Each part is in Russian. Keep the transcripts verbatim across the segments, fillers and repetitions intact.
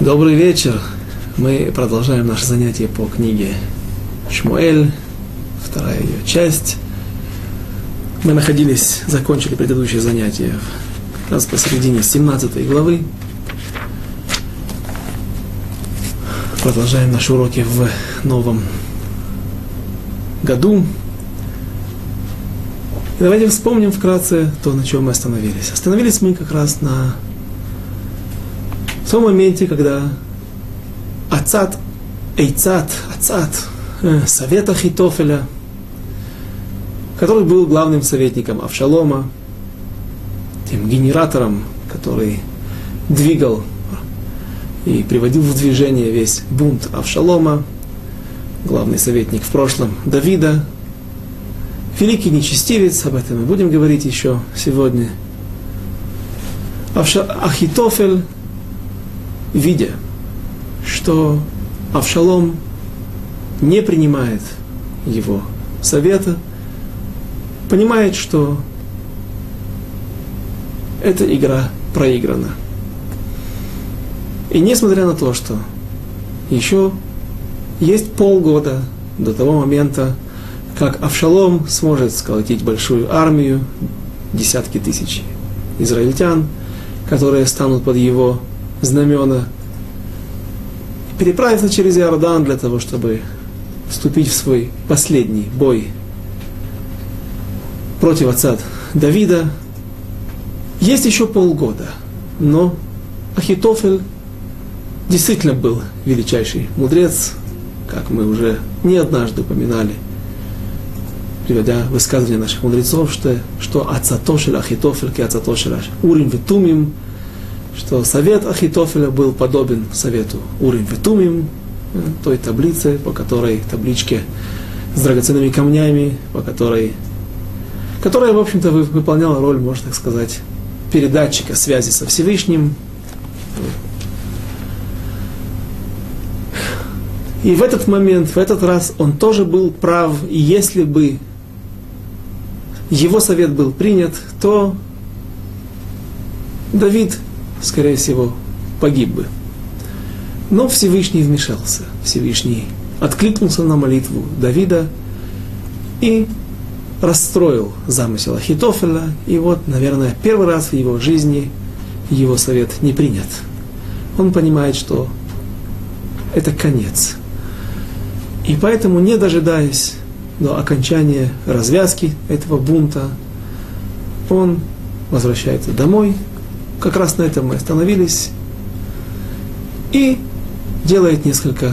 Добрый вечер. Мы продолжаем наше занятие по книге Шмуэль, вторая ее часть. Мы находились, закончили предыдущее занятие как раз посередине семнадцатой главы. Продолжаем наши уроки в новом году. И давайте вспомним вкратце то, на чем мы остановились. Остановились мы как раз на в том моменте, когда Ацат, Эйцат, Ацат, э, совет Ахитофеля, который был главным советником Авшалома, тем генератором, который двигал и приводил в движение весь бунт Авшалома, главный советник в прошлом Давида, великий нечестивец, об этом мы будем говорить еще сегодня. Авша... Ахитофель, видя, что Авшалом не принимает его совета, понимает, что эта игра проиграна. И несмотря на то, что еще есть полгода до того момента, как Авшалом сможет сколотить большую армию, десятки тысяч израильтян, которые станут под его знамена, переправиться через Иордан для того, чтобы вступить в свой последний бой против отца Давида. Есть еще полгода, но Ахитофель действительно был величайший мудрец, как мы уже не однажды упоминали, приводя высказывания наших мудрецов, что, что Ацатошель Ахитофель ки Ацатошель Урим Ветумим, что совет Ахитофеля был подобен совету Урим Ветумим, той таблице, по которой, табличке с драгоценными камнями, по которой, которая, в общем-то, выполняла роль, можно так сказать, передатчика связи со Всевышним. И в этот момент, в этот раз он тоже был прав, и если бы его совет был принят, то Давид, скорее всего, погиб бы. Но Всевышний вмешался. Всевышний откликнулся на молитву Давида и расстроил замысел Ахитофеля. И вот, наверное, первый раз в его жизни его совет не принят. Он понимает, что это конец. И поэтому, не дожидаясь до окончания развязки этого бунта, он возвращается домой. Как раз на этом мы остановились. И делает несколько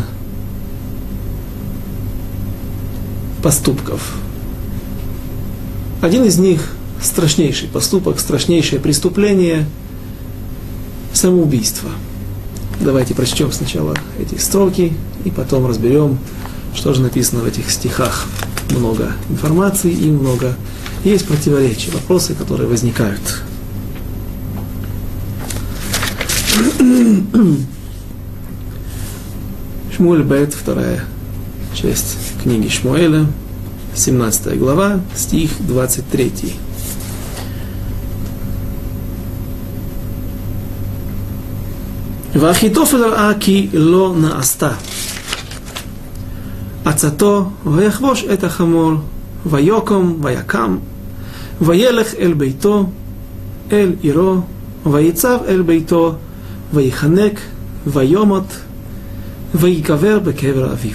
поступков. Один из них — страшнейший поступок, страшнейшее преступление — самоубийство. Давайте прочтем сначала эти строки и потом разберем, что же написано в этих стихах. Много информации и много есть противоречия, вопросы, которые возникают. Шмуэль Бет, вторая часть книги Шмуэля, семнадцатая глава, стих двадцать третий. Вахитофель раа ки ло нааста עצתו ויחבוש את החמור ויקום ויקם וילך אל ביתו אל עירו ויצב אל ביתו ויחנק ויומות ויקבר בקבר אביו.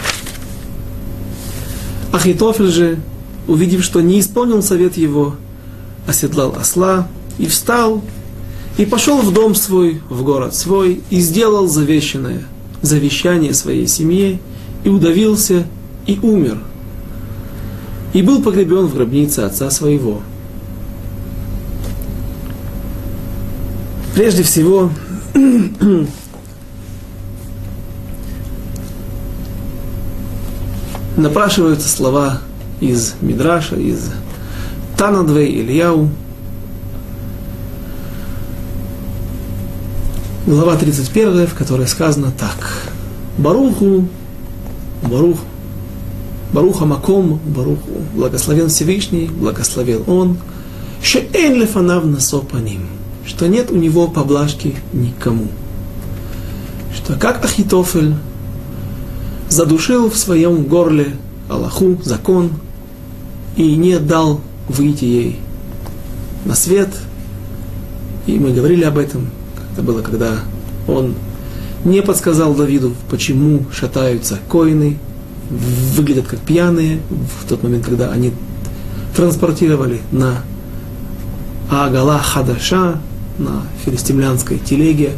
Ахитофель же, увидев, что не исполнил совет его, оседлал осла и встал, и пошел в дом свой, в город свой, и сделал завещанное завещание своей семье, и удавился, и умер, и был погребен в гробнице отца своего. Прежде всего, напрашиваются слова из Мидраша, из Танадвей Ильяу, глава тридцать первая, в которой сказано так: Баруху, Барух, Баруха Маком, Баруху, благословен Всевышний, благословен Он, шеэн лефанав насо паним, что нет у него поблажки никому. что как Ахитофель задушил в своем горле Аллаху, закон, и не дал выйти ей на свет. И мы говорили об этом, это было, когда он не подсказал Давиду, почему шатаются коины, выглядят как пьяные, в тот момент, когда они транспортировали на Агала Хадаша, на филистимлянской телеге,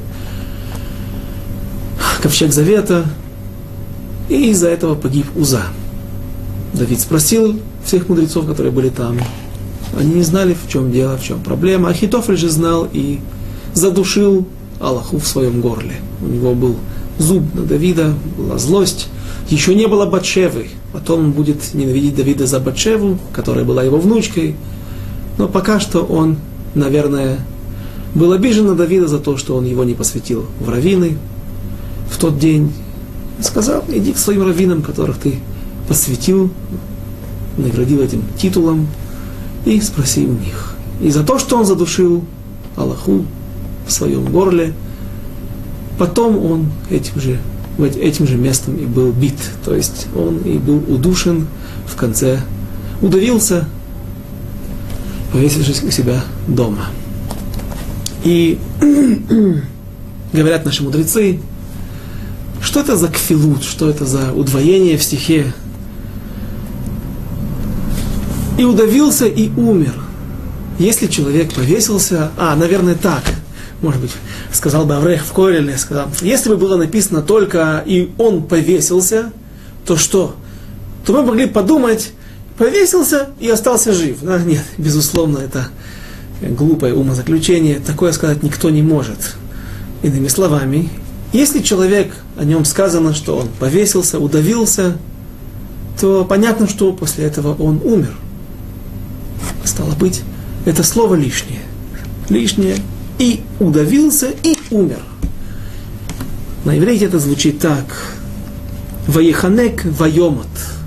ковчег Завета, и из-за этого погиб Уза. Давид спросил всех мудрецов, которые были там. Они не знали, в чем дело, в чем проблема. Ахитофель же знал и задушил Аллаху в своем горле. У него был зуб на Давида, была злость. Еще не было Батшевы. Потом он будет ненавидеть Давида за Батшеву, которая была его внучкой. Но пока что он, наверное, был обижен на Давида за то, что он его не посвятил в раввины в тот день. Сказал: иди к своим раввинам, которых ты посвятил, наградил этим титулом, и спроси у них. И за то, что он задушил Аллаху в своем горле, потом он этим же, этим же местом и был бит. То есть он и был удушен в конце, удавился, повесившись у себя дома. И говорят наши мудрецы, что это за кфилут, что это за удвоение в стихе. И удавился, и умер. Если человек повесился, а, наверное, так, может быть, сказал бы Аврех в Койле, сказал, если бы было написано только «и он повесился», то что? То мы могли подумать, повесился и остался жив. Да? Нет, безусловно, это глупое умозаключение, такое сказать никто не может. Иными словами, если человек, о нем сказано, что он повесился, удавился, то понятно, что после этого он умер. Стало быть, это слово лишнее. Лишнее. И удавился, и умер. На иврите это звучит так. Ваеханек вайомот.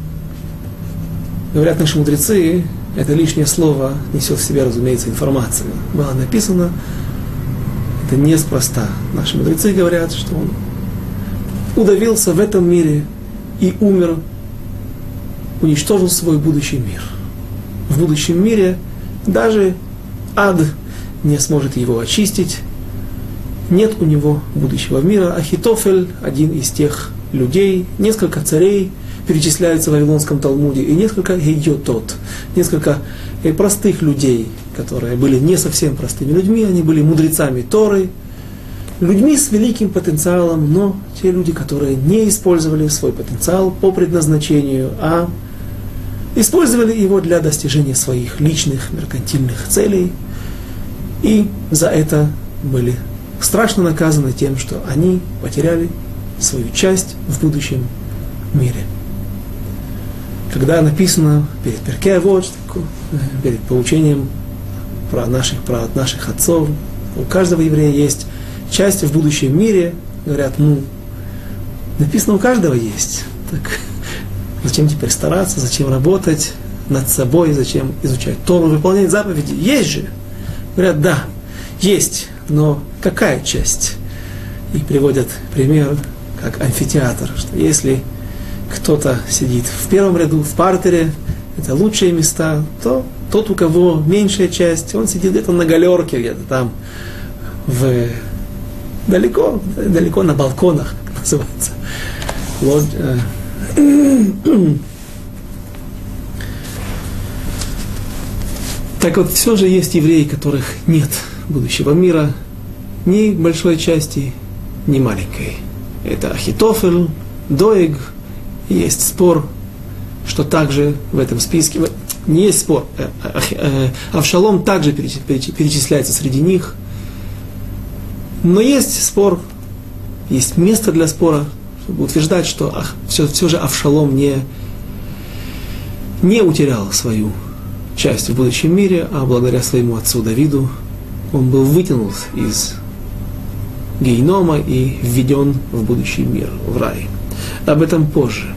Говорят наши мудрецы, это лишнее слово несет в себе, разумеется, информацию. Было написано, это неспроста. Наши мудрецы говорят, что он удавился в этом мире и умер, уничтожил свой будущий мир. В будущем мире даже ад не сможет его очистить. Нет у него будущего мира. Ахитофель, один из тех людей, несколько царей перечисляются в Вавилонском Талмуде, и несколько гейотот, несколько простых людей, которые были не совсем простыми людьми, они были мудрецами Торы, людьми с великим потенциалом, но те люди, которые не использовали свой потенциал по предназначению, а использовали его для достижения своих личных меркантильных целей, и за это были страшно наказаны тем, что они потеряли свою часть в будущем мире. Когда написано перед Перкей Авот, перед поучением про наших, про наших отцов, у каждого еврея есть часть в будущем мире, говорят, ну, написано, у каждого есть. Так зачем теперь стараться, зачем работать над собой, зачем изучать Тору, выполнять заповеди? Есть же. Говорят, да, есть, но какая часть? И приводят пример, как амфитеатр, что если кто-то сидит в первом ряду, в партере, это лучшие места, то тот, у кого меньшая часть, он сидит где-то на галерке, где-то там, в... далеко, далеко на балконах, как называется. Вот, так вот, все же есть евреи, которых нет будущего мира, ни большой части, ни маленькой. Это Ахитофель, Доег. Есть спор, что также в этом списке, не есть спор, Авшалом также перечисляется среди них. Но есть спор, есть место для спора, чтобы утверждать, что все, все же Авшалом не, не утерял свою часть в будущем мире, а благодаря своему отцу Давиду он был вытянут из гейнома и введен в будущий мир, в рай. Об этом позже.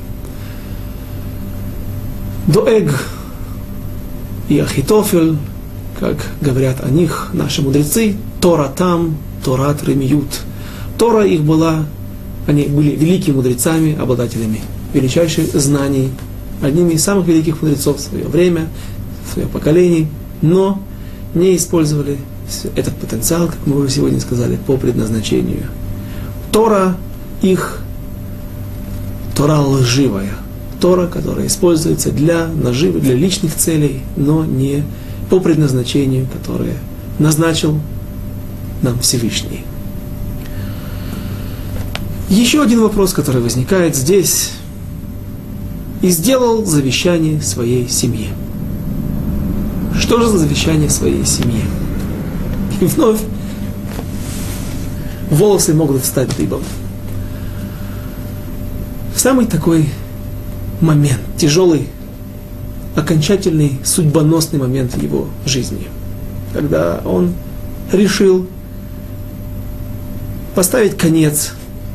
Доэг и Ахитофель, как говорят о них наши мудрецы, Тора там, Торат ремиют. Тора их была Они были великими мудрецами, обладателями величайших знаний, одними из самых великих мудрецов в свое время, в свое поколение, но не использовали этот потенциал, как мы уже сегодня сказали, по предназначению. Тора их, Тора лживая, Тора, которая используется для наживы, для личных целей, но не по предназначению, которое назначил нам Всевышний. Еще один вопрос, который возникает здесь. И сделал завещание своей семье. Что же за завещание своей семье? И вновь волосы могут встать дыбом. Самый такой момент, тяжелый, окончательный, судьбоносный момент в его жизни, когда он решил поставить конец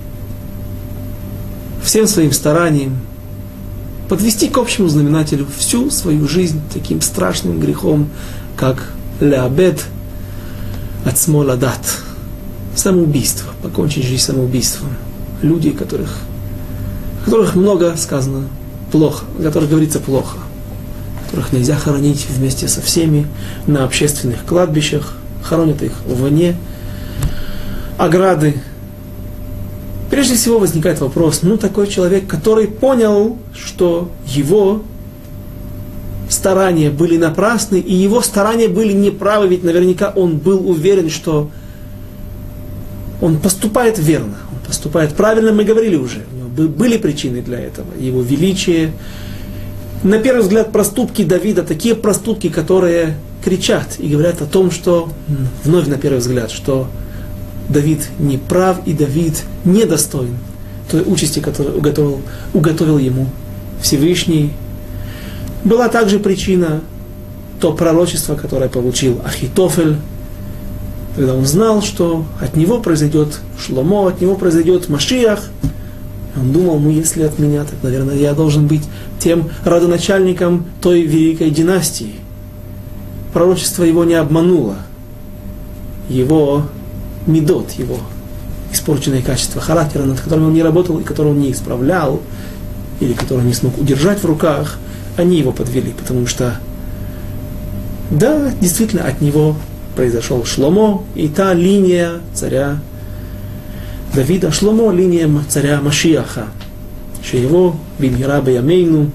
всем своим стараниям, подвести к общему знаменателю всю свою жизнь таким страшным грехом, как леабед ацмо ладат, самоубийство, покончить жизнь самоубийством. Люди, которых, о которых много сказано плохо, о которых говорится плохо, которых нельзя хоронить вместе со всеми на общественных кладбищах, хоронят их вне ограды. Прежде всего возникает вопрос, ну такой человек, который понял, что его старания были напрасны, и его старания были неправы, ведь наверняка он был уверен, что он поступает верно, он поступает правильно, мы говорили уже, у него были причины для этого, его величие. На первый взгляд проступки Давида, такие проступки, которые кричат и говорят о том, что, вновь на первый взгляд, что Давид не прав, и Давид недостоин той участи, которую уготовил, уготовил ему Всевышний. Была также причина то пророчество, которое получил Ахитофель, когда он знал, что от него произойдет Шломо, от него произойдет Машиах. Он думал, ну если от меня, так, наверное, я должен быть тем родоначальником той великой династии. Пророчество его не обмануло. Его медот, его испорченные качества характера, над которыми он не работал и которые он не исправлял, или которые он не смог удержать в руках, они его подвели, потому что, да, действительно, от него произошел Шломо, и та линия царя Давида, Шломо, линия царя Машиаха, еще его, Бимхира Беямейну,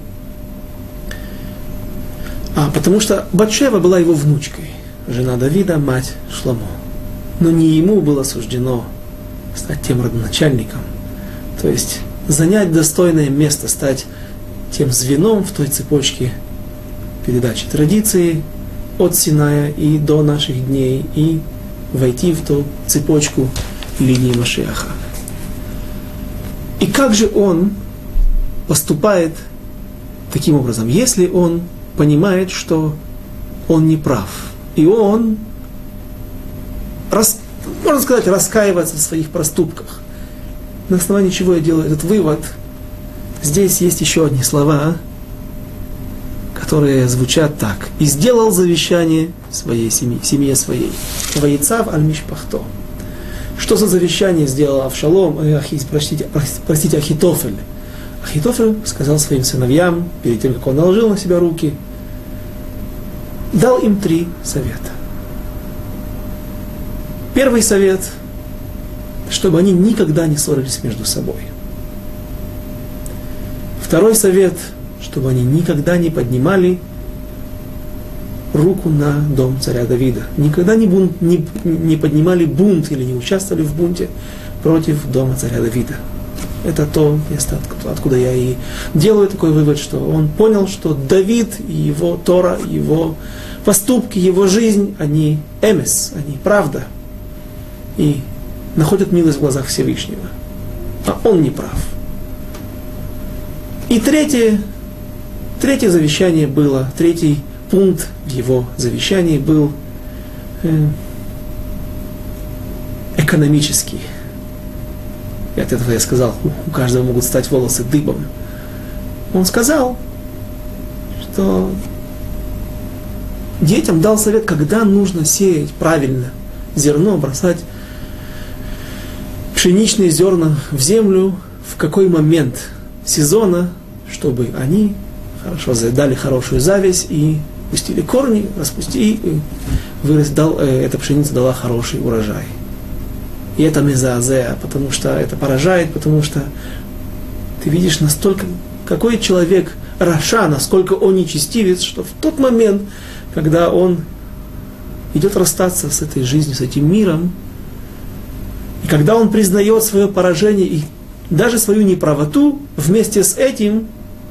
а потому что Батшева была его внучкой, жена Давида, мать Шломо. Но не ему было суждено стать тем родоначальником, то есть занять достойное место, стать тем звеном в той цепочке передачи традиции от Синая и до наших дней, и войти в ту цепочку линии Машиаха. И как же он поступает таким образом, если он понимает, что он не прав, и он, Рас, можно сказать, раскаиваться в своих проступках. На основании чего я делаю этот вывод? Здесь есть еще одни слова, которые звучат так. «И сделал завещание своей семье, семье своей». «Ваицав аль-мишпахто». Что за завещание сделал Авшалом, э, Ахи, простите, простите, Ахитофель? Ахитофель сказал своим сыновьям, перед тем, как он наложил на себя руки, дал им три совета. Первый совет, чтобы они никогда не ссорились между собой. Второй совет, чтобы они никогда не поднимали руку на дом царя Давида. Никогда не, бунт, не, не поднимали бунт или не участвовали в бунте против дома царя Давида. Это то место, откуда я и делаю такой вывод, что он понял, что Давид и его Тора, его поступки, его жизнь, они эмес, они правда. И находят милость в глазах Всевышнего. А он не прав. И третье, третье завещание было, третий пункт в его завещании был э, экономический. И от этого я сказал, у каждого могут стать волосы дыбом. Он сказал, что детям дал совет, когда нужно сеять правильно зерно, бросать пшеничные зерна в землю, в какой момент сезона, чтобы они хорошо дали хорошую зависть и пустили корни, распустили, и вырос, дал, э, эта пшеница дала хороший урожай. И это мезаазеа, потому что это поражает, потому что ты видишь настолько, какой человек раша, насколько он нечестивец, что в тот момент, когда он идет расстаться с этой жизнью, с этим миром, и когда он признает свое поражение и даже свою неправоту, вместе с этим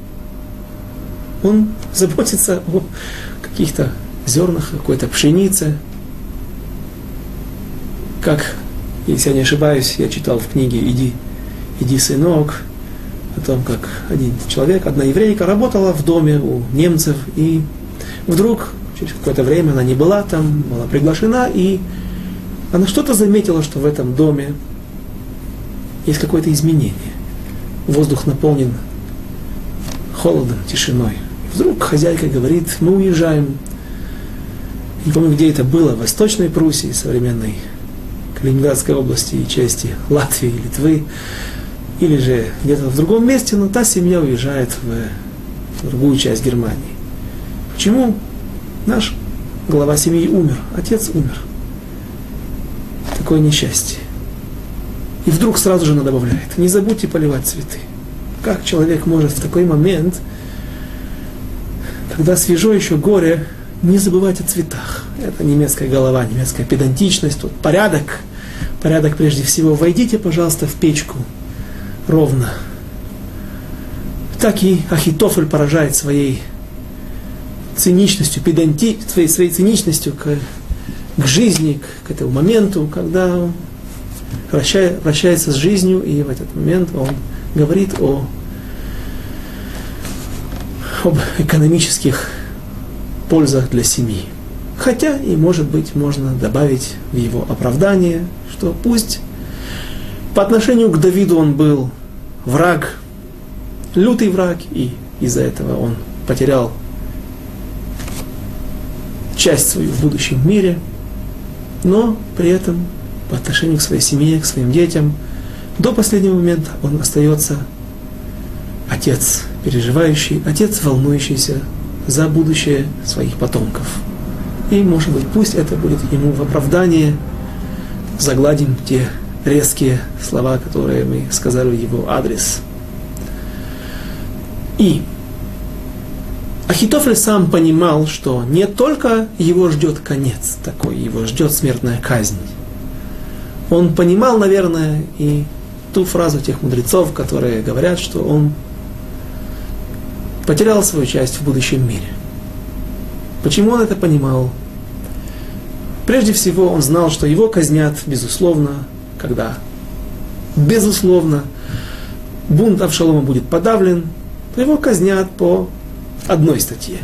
он заботится о каких-то зернах, какой-то пшенице. Как, если я не ошибаюсь, я читал в книге «Иди, иди, сынок», о том, как один человек, одна еврейка работала в доме у немцев, и вдруг через какое-то время она не была там, была приглашена, и она что-то заметила, что в этом доме есть какое-то изменение. Воздух наполнен холодом, тишиной. И вдруг хозяйка говорит: мы уезжаем. Не помню, где это было, в Восточной Пруссии, современной Калининградской области и части Латвии, Литвы, или же где-то в другом месте, но та семья уезжает в другую часть Германии. Почему? Наш глава семьи умер, отец умер. Такое несчастье. И вдруг сразу же она добавляет: не забудьте поливать цветы. Как человек может в такой момент, когда свежо еще горе, не забывать о цветах? Это немецкая голова, немецкая педантичность, тут порядок. Порядок прежде всего. Войдите, пожалуйста, в печку ровно. Так и Ахитофель поражает своей циничностью, педанти, своей, своей циничностью к, к жизни, к, к этому моменту, когда он вращает, вращается с жизнью, и в этот момент он говорит о, об экономических пользах для семьи. Хотя, и может быть, можно добавить в его оправдание, что пусть по отношению к Давиду он был враг, лютый враг, и из-за этого он потерял часть свою в будущем мире, но при этом по отношению к своей семье, к своим детям, до последнего момента он остается отец переживающий, отец волнующийся за будущее своих потомков. И, может быть, пусть это будет ему в оправдание, загладим те резкие слова, которые мы сказали в его адрес. И Ахитофель сам понимал, что не только его ждет конец такой, его ждет смертная казнь. Он понимал, наверное, и ту фразу тех мудрецов, которые говорят, что он потерял свою часть в будущем мире. Почему он это понимал? Прежде всего, он знал, что его казнят, безусловно, когда, безусловно, бунт Авшалома будет подавлен, то его казнят по одной статье.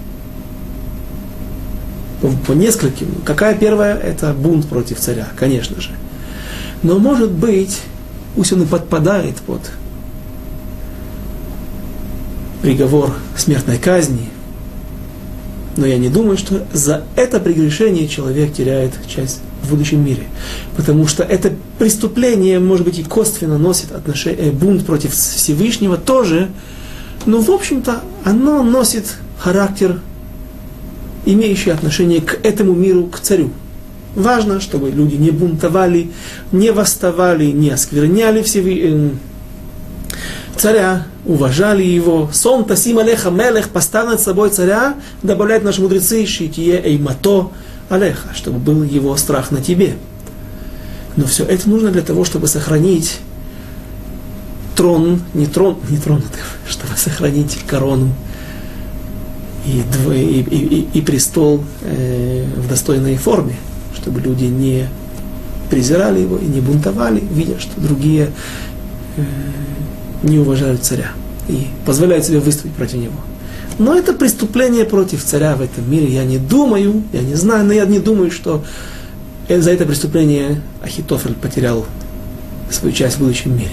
По, по нескольким. Какая первая? Это бунт против царя, конечно же. Но, может быть, пусть он и подпадает под приговор смертной казни, но я не думаю, что за это прегрешение человек теряет часть в будущем мире. Потому что это преступление, может быть, и косвенно носит отношение, бунт против Всевышнего тоже, но, в общем-то, оно носит характер, имеющий отношение к этому миру, к царю. Важно, чтобы люди не бунтовали, не восставали, не оскверняли Всевышнего царя, уважали его. Сон тасим алеха мелех, поставь над собой царя, добавляют наши мудрецы, шитие эймато алеха, чтобы был его страх на тебе. Но все это нужно для того, чтобы сохранить трон, не трон, не тронутым, чтобы сохранить корону и, и, и, и, и престол э, в достойной форме, чтобы люди не презирали его и не бунтовали, видя, что другие э, не уважают царя и позволяют себе выступить против него. Но это преступление против царя в этом мире. Я не думаю, я не знаю, но я не думаю, что за это преступление Ахитофель потерял свою часть в будущем мире.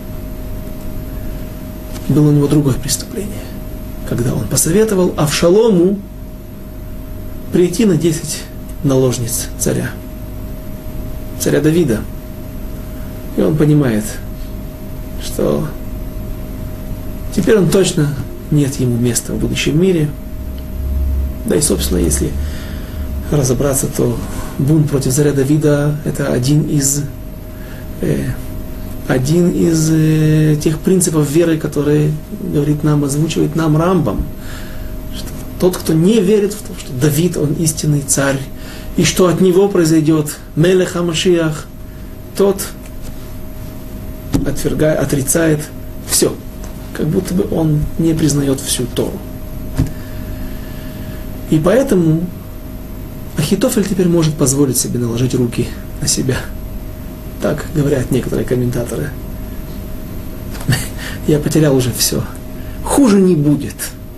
Было у него другое преступление, когда он посоветовал Авшалому прийти на десять наложниц царя, царя Давида. И он он понимает, что теперь он точно нет ему места в будущем мире. Да и, собственно, если разобраться, то бунт против царя Давида – это один из, э, один из э, тех принципов веры, которые говорит нам, озвучивает нам Рамбам. Что тот, кто не верит в то, что Давид, он истинный царь, и что от него произойдет Мелех ха-Машиах, тот отвергает, отрицает все, как будто бы он не признает всю Тору. И поэтому Ахитофель теперь может позволить себе наложить руки на себя. Так говорят некоторые комментаторы. Я потерял уже все. Хуже не будет.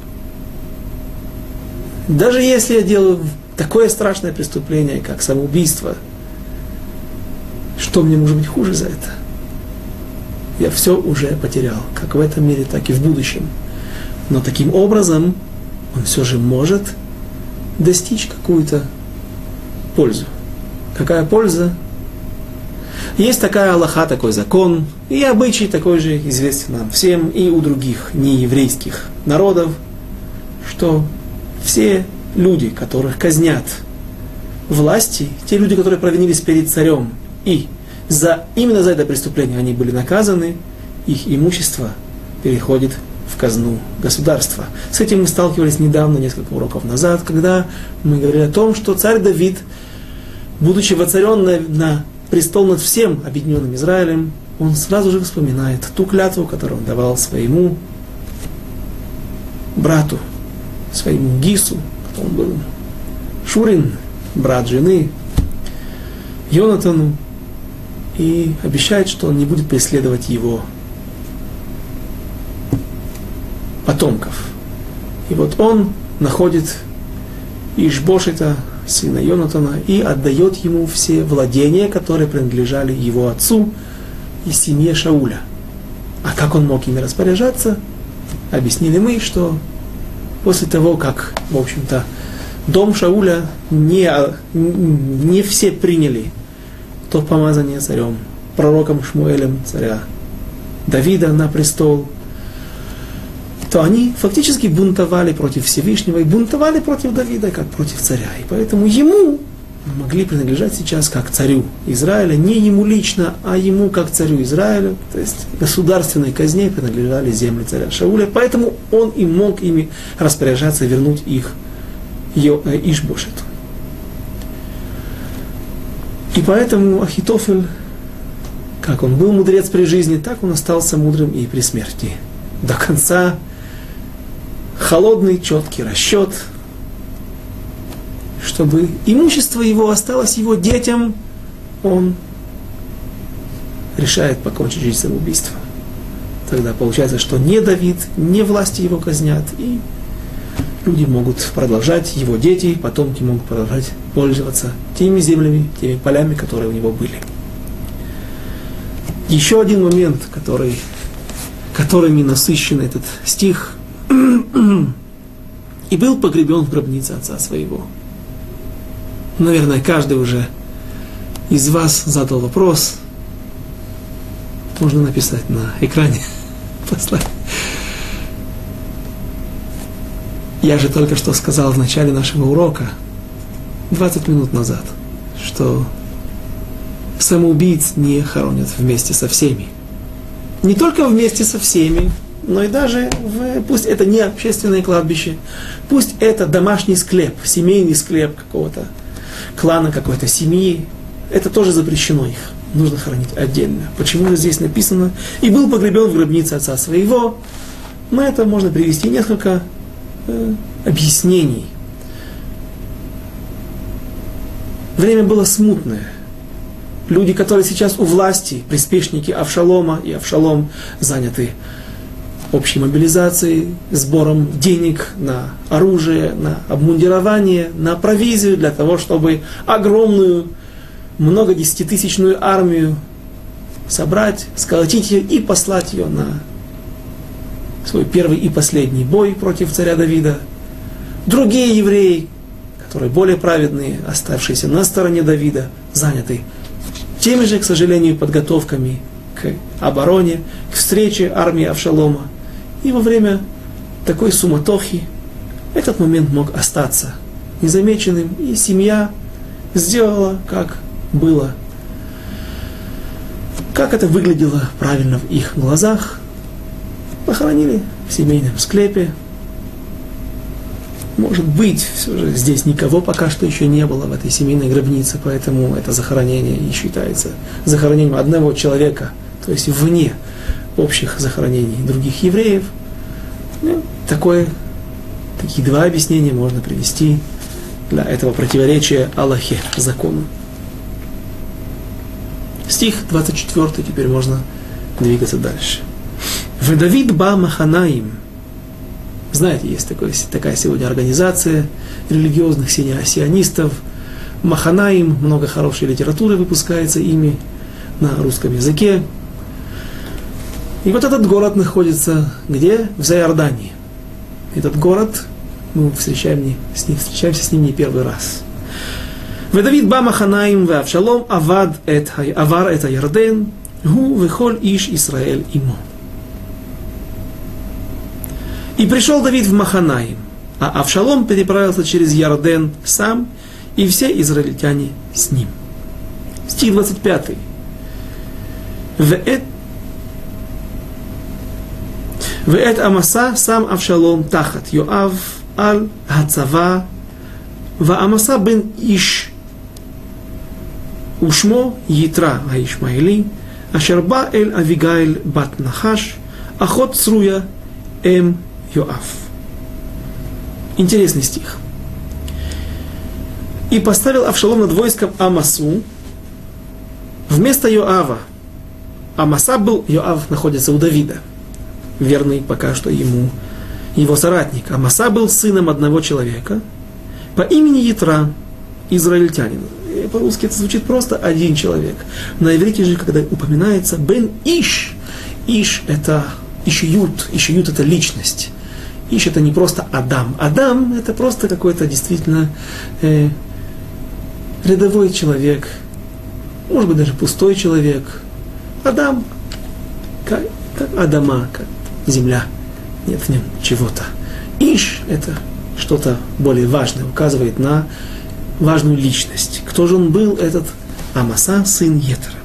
Даже если я делаю такое страшное преступление, как самоубийство, что мне может быть хуже за это? Я все уже потерял, как в этом мире, так и в будущем. Но таким образом он все же может достичь какую-то пользу. Какая польза? Есть такая алаха, такой закон, и обычай такой же известен нам всем, и у других нееврейских народов, что все люди, которых казнят власти, те люди, которые провинились перед царем, и за, именно за это преступление они были наказаны, их имущество переходит в казну государства. С этим мы сталкивались недавно, несколько уроков назад, когда мы говорили о том, что царь Давид, будучи воцарен на, на престол над всем объединенным Израилем, он сразу же вспоминает ту клятву, которую он давал своему брату, своему Гису, кто он был, Шурин, брат жены, Йонатану, и обещает, что он не будет преследовать его потомков. И вот он находит Ишбошета, сына Йонатана, и отдает ему все владения, которые принадлежали его отцу и семье Шауля. А как он мог ими распоряжаться? Объяснили мы, что после того, как, в общем-то, дом Шауля не, не все приняли то помазание царем, пророком Шмуэлем, царя Давида на престол, то они фактически бунтовали против Всевышнего и бунтовали против Давида, как против царя. И поэтому ему могли принадлежать сейчас как царю Израиля, не ему лично, а ему как царю Израиля, то есть государственной казне принадлежали земли царя Шауля, поэтому он и мог ими распоряжаться и вернуть их Ишбошету. И поэтому Ахитофель, как он был мудрец при жизни, так он остался мудрым и при смерти. До конца холодный, четкий расчет, чтобы имущество его осталось его детям, он решает покончить жизнь самоубийством. Тогда получается, что не Давид, не власти его казнят, и люди могут продолжать, его дети, потомки могут продолжать пользоваться теми землями, теми полями, которые у него были. Еще один момент, который, которыми насыщен этот стих. «И был погребен в гробнице отца своего». Наверное, каждый уже из вас задал вопрос. Можно написать на экране. Послать. Я же только что сказал в начале нашего урока, двадцать минут назад, что самоубийц не хоронят вместе со всеми. Не только вместе со всеми, но и даже, в, пусть это не общественное кладбище, пусть это домашний склеп, семейный склеп какого-то клана, какой-то семьи, это тоже запрещено их. Нужно хоронить отдельно. Почему же здесь написано «и был погребен в гробнице отца своего»? На это можно привести несколько э, объяснений. Время было смутное. Люди, которые сейчас у власти, приспешники Авшалома, и Авшалом заняты общей мобилизацией, сбором денег на оружие, на обмундирование, на провизию, для того, чтобы огромную, многодесятитысячную армию собрать, сколотить ее и послать ее на свой первый и последний бой против царя Давида. Другие евреи, которые более праведные, оставшиеся на стороне Давида, заняты теми же, к сожалению, подготовками к обороне, к встрече армии Авшалома. И во время такой суматохи этот момент мог остаться незамеченным, и семья сделала, как было, как это выглядело правильно в их глазах. Похоронили в семейном склепе. Может быть, все же здесь никого пока что еще не было в этой семейной гробнице, поэтому это захоронение и считается захоронением одного человека, то есть вне общих захоронений других евреев. Ну, такое, такие два объяснения можно привести для этого противоречия Аллахе, закону. Стих двадцать четвёртый, теперь можно двигаться дальше. «В Давид ба Маханаим». Знаете, есть такой, такая сегодня организация религиозных сионистов. Маханаим, много хорошей литературы выпускается ими на русском языке. И вот этот город находится где? В Зайордании. Этот город, мы встречаем с ним, встречаемся с ним не первый раз. «Ведавид ба Маханаим ве Авшалом авад эт авар эт Ярден, гу вехоль иш Исраэль имо». И пришел Давид в Маханаим, а Авшалом переправился через Ярден сам, и все израильтяне с ним. Стих двадцать пятый. Веэт Амаса сам Авшалом тахат Йоав аль Хацава ва Амаса бен Иш ушмо Йитра Аишмаили ашерба эль Авигайль бат Нахаш ахот Цруя эм Йоав. Интересный стих. И поставил Авшалом над войском Амасу вместо Йоава. Амаса был, Йоав находится у Давида, верный пока что ему его соратник. Амаса был сыном одного человека по имени Йитра, израильтянин. И по-русски это звучит просто один человек. На иврите же, когда упоминается Бен Иш, Иш это Ишиют, Ишиют это личность. Иш это не просто Адам. Адам это просто какой-то действительно э, рядовой человек, может быть даже пустой человек. Адам, как, как Адама, как земля, нет в нем чего-то. Иш это что-то более важное, указывает на важную личность. Кто же он был, этот Амаса, сын Йетера?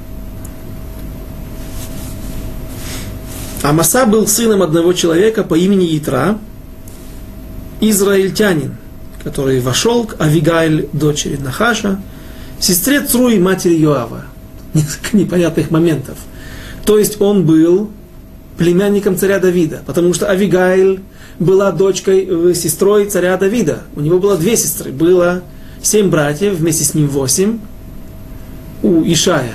Амаса был сыном одного человека по имени Йитра, израильтянин, который вошел к Авигайль, дочери Нахаша, сестре Цруи, матери Йоава. Несколько непонятных моментов. То есть он был племянником царя Давида, потому что Авигайль была дочкой, сестрой царя Давида. У него было две сестры, было семь братьев, вместе с ним восемь у Ишая.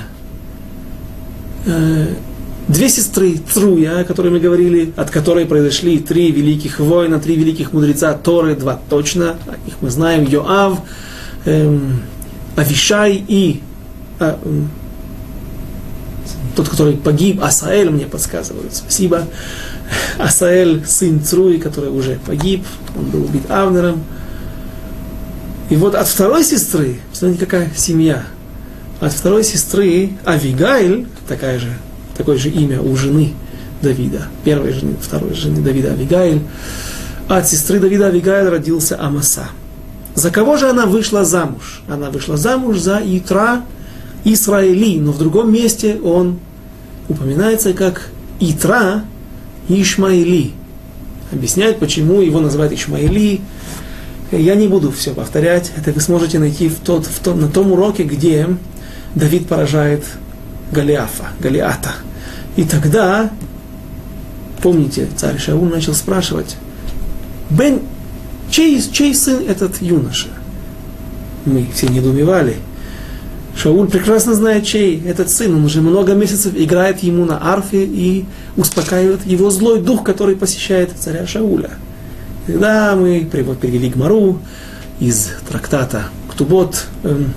Две сестры Цруя, о которой мы говорили, от которой произошли три великих воина, три великих мудреца Торы, два точно, их мы знаем, Йоав, эм, Авишай и э, э, тот, который погиб, Асаэль, мне подсказывают, спасибо. Асаэль, сын Цруи, который уже погиб, он был убит Авнером. И вот от второй сестры, смотрите, какая семья, от второй сестры Авигайль, такая же, такое же имя у жены Давида, первой жены, второй жены Давида Авигайль, от сестры Давида Авигайль родился Амаса. За кого же она вышла замуж? Она вышла замуж за Итра Исраили, но в другом месте он упоминается как Итра Ишмаили. Объясняют, почему его называют Ишмаили. Я не буду все повторять, это вы сможете найти в тот, в том, на том уроке, где Давид поражает Голиафа, Голиата. И тогда, помните, царь Шауль начал спрашивать, Бен, чей, чей сын этот юноша? Мы все недоумевали. Шауль прекрасно знает, чей этот сын. Он уже много месяцев играет ему на арфе и успокаивает его злой дух, который посещает царя Шауля. И тогда мы перевели Гмару из трактата Ктубот, эм,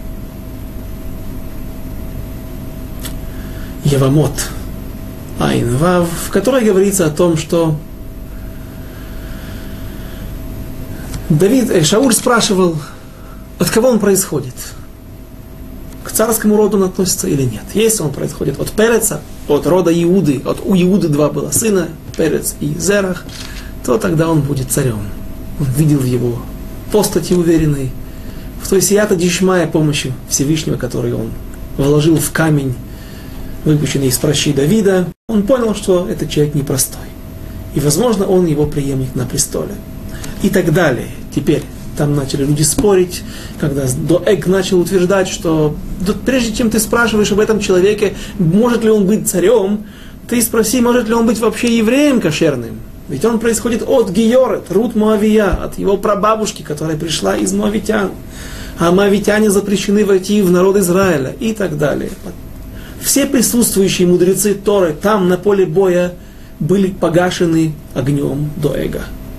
Явамот Айн Вав, в которой говорится о том, что Давид, э, Шауль спрашивал, от кого он происходит. царскому роду он относится или нет. Если он происходит от Переца, от рода Иуды, от у Иуды два было сына, Перец и Зерах, то тогда он будет царем. Он видел в его постати уверенной, в той сията дишмая помощи Всевышнего, который он вложил в камень, выпущенный из пращи Давида. Он понял, что этот человек непростой. И, возможно, он его преемник на престоле. И так далее. Теперь там начали люди спорить, когда Доэг начал утверждать, что прежде чем ты спрашиваешь об этом человеке, может ли он быть царем, ты спроси, может ли он быть вообще евреем кошерным. Ведь он происходит от Георет, Рут Моавия, от его прабабушки, которая пришла из моавитян. А моавитяне запрещены войти в народ Израиля и так далее. Все присутствующие мудрецы Торы там на поле боя были погашены огнем Доэга,